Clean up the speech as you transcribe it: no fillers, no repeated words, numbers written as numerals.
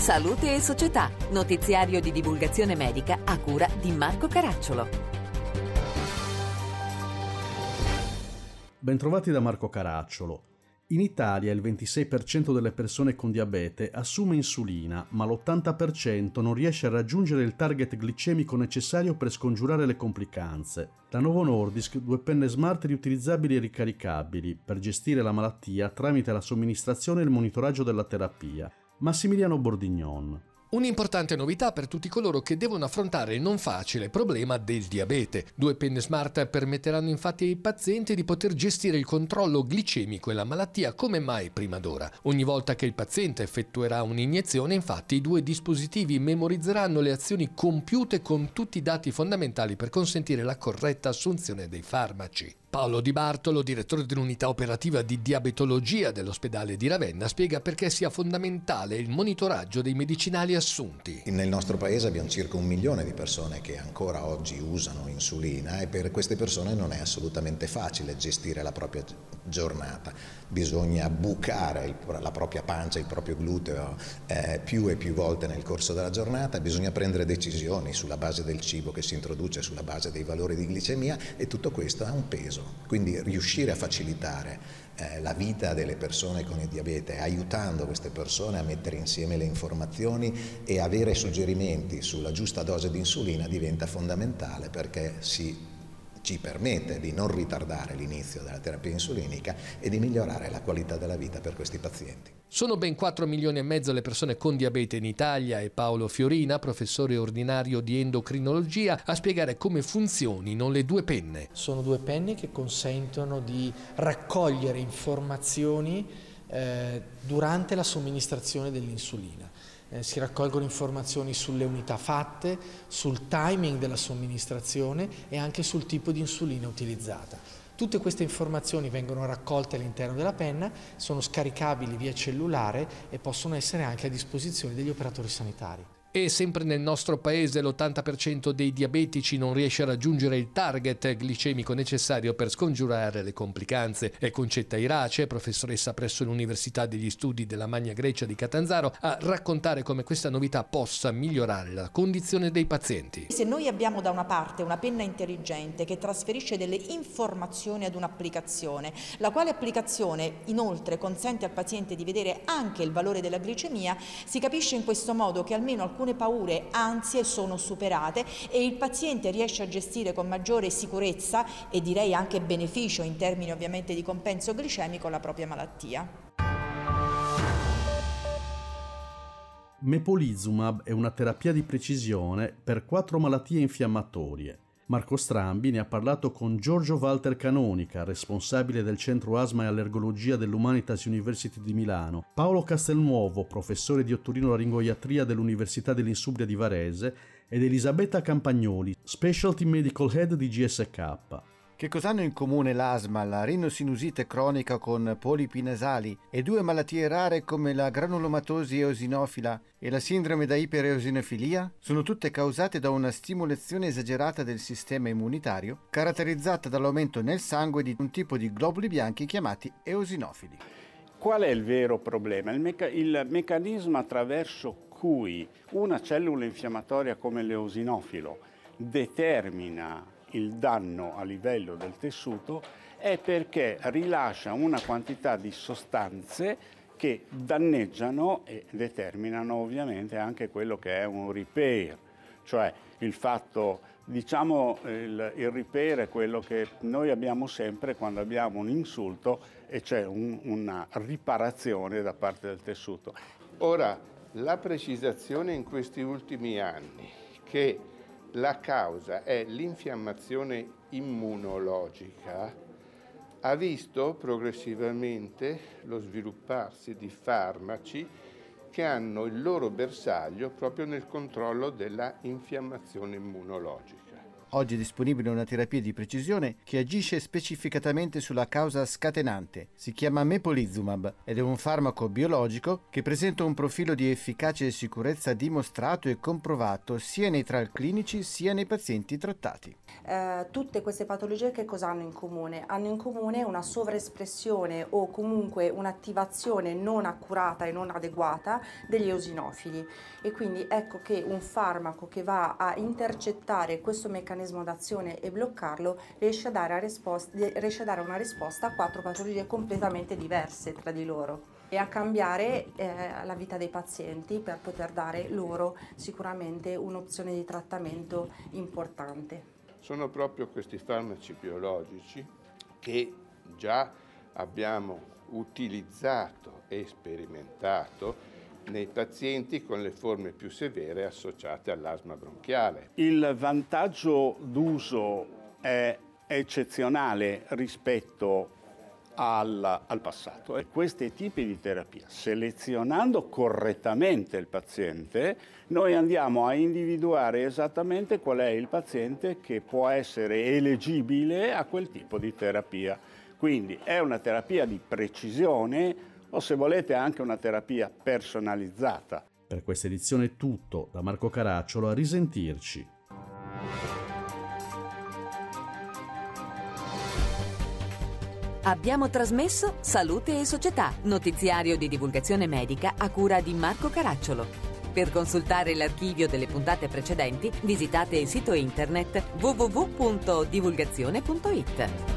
Salute e Società, notiziario di divulgazione medica a cura di Marco Caracciolo. Bentrovati da Marco Caracciolo. In Italia il 26% delle persone con diabete assume insulina, ma l'80% non riesce a raggiungere il target glicemico necessario per scongiurare le complicanze. Da Novo Nordisk 2 penne smart riutilizzabili e ricaricabili per gestire la malattia tramite la somministrazione e il monitoraggio della terapia. Massimiliano Bordignon. Un'importante novità per tutti coloro che devono affrontare il non facile problema del diabete. 2 penne smart permetteranno infatti ai pazienti di poter gestire il controllo glicemico e la malattia come mai prima d'ora. Ogni volta che il paziente effettuerà un'iniezione, infatti, i 2 dispositivi memorizzeranno le azioni compiute con tutti i dati fondamentali per consentire la corretta assunzione dei farmaci. Paolo Di Bartolo, direttore dell'unità operativa di diabetologia dell'ospedale di Ravenna, spiega perché sia fondamentale il monitoraggio dei medicinali assunti. Nel nostro paese abbiamo circa 1 milione di persone che ancora oggi usano insulina e per queste persone non è assolutamente facile gestire la propria giornata. Bisogna bucare la propria pancia, il proprio gluteo più e più volte nel corso della giornata, bisogna prendere decisioni sulla base del cibo che si introduce, sulla base dei valori di glicemia, e tutto questo ha un peso. Quindi riuscire a facilitare la vita delle persone con il diabete, aiutando queste persone a mettere insieme le informazioni e avere suggerimenti sulla giusta dose di insulina diventa fondamentale, perché ci permette di non ritardare l'inizio della terapia insulinica e di migliorare la qualità della vita per questi pazienti. Sono ben 4 milioni e mezzo le persone con diabete in Italia e Paolo Fiorina, professore ordinario di endocrinologia, a spiegare come funzionino le 2 penne. Sono 2 penne che consentono di raccogliere informazioni durante la somministrazione dell'insulina. Si raccolgono informazioni sulle unità fatte, sul timing della somministrazione e anche sul tipo di insulina utilizzata. Tutte queste informazioni vengono raccolte all'interno della penna, sono scaricabili via cellulare e possono essere anche a disposizione degli operatori sanitari. E sempre nel nostro paese l'80% dei diabetici non riesce a raggiungere il target glicemico necessario per scongiurare le complicanze. È Concetta Irace, professoressa presso l'Università degli Studi della Magna Grecia di Catanzaro, a raccontare come questa novità possa migliorare la condizione dei pazienti. Se noi abbiamo da una parte una penna intelligente che trasferisce delle informazioni ad un'applicazione, la quale applicazione inoltre consente al paziente di vedere anche il valore della glicemia, si capisce in questo modo che almeno alcune paure, ansie sono superate e il paziente riesce a gestire con maggiore sicurezza e direi anche beneficio in termini ovviamente di compenso glicemico la propria malattia. Mepolizumab è una terapia di precisione per 4 malattie infiammatorie. Marco Strambi ne ha parlato con Giorgio Walter Canonica, responsabile del Centro Asma e Allergologia dell'Humanitas University di Milano, Paolo Castelnuovo, professore di otorinolaringoiatria dell'Università dell'Insubria di Varese, ed Elisabetta Campagnoli, Specialty Medical Head di GSK. Che cosa hanno in comune l'asma, la rinosinusite cronica con polipi nasali e 2 malattie rare come la granulomatosi eosinofila e la sindrome da ipereosinofilia? Sono tutte causate da una stimolazione esagerata del sistema immunitario, caratterizzata dall'aumento nel sangue di un tipo di globuli bianchi chiamati eosinofili. Qual è il vero problema? Il meccanismo attraverso cui una cellula infiammatoria come l'eosinofilo determina il danno a livello del tessuto è perché rilascia una quantità di sostanze che danneggiano e determinano ovviamente anche quello che è un repair, cioè il fatto, diciamo, il repair è quello che noi abbiamo sempre quando abbiamo un insulto e c'è una riparazione da parte del tessuto. Ora, la precisazione in questi ultimi anni che la causa è l'infiammazione immunologica ha visto progressivamente lo svilupparsi di farmaci che hanno il loro bersaglio proprio nel controllo della infiammazione immunologica. Oggi è disponibile una terapia di precisione che agisce specificatamente sulla causa scatenante. Si chiama Mepolizumab ed è un farmaco biologico che presenta un profilo di efficacia e sicurezza dimostrato e comprovato sia nei trial clinici sia nei pazienti trattati. Tutte queste patologie che cosa hanno in comune? Hanno in comune una sovraespressione o comunque un'attivazione non accurata e non adeguata degli eosinofili, e quindi ecco che un farmaco che va a intercettare questo meccanismo d'azione e bloccarlo riesce a dare una risposta a 4 patologie completamente diverse tra di loro e a cambiare la vita dei pazienti per poter dare loro sicuramente un'opzione di trattamento importante. Sono proprio questi farmaci biologici che già abbiamo utilizzato e sperimentato nei pazienti con le forme più severe associate all'asma bronchiale. Il vantaggio d'uso è eccezionale rispetto al passato. E questi tipi di terapia, selezionando correttamente il paziente, noi andiamo a individuare esattamente qual è il paziente che può essere eleggibile a quel tipo di terapia. Quindi è una terapia di precisione o, se volete, anche una terapia personalizzata. Per questa edizione è tutto. Da Marco Caracciolo, a risentirci. Abbiamo trasmesso Salute e Società, notiziario di divulgazione medica a cura di Marco Caracciolo. Per consultare l'archivio delle puntate precedenti, visitate il sito internet www.divulgazione.it.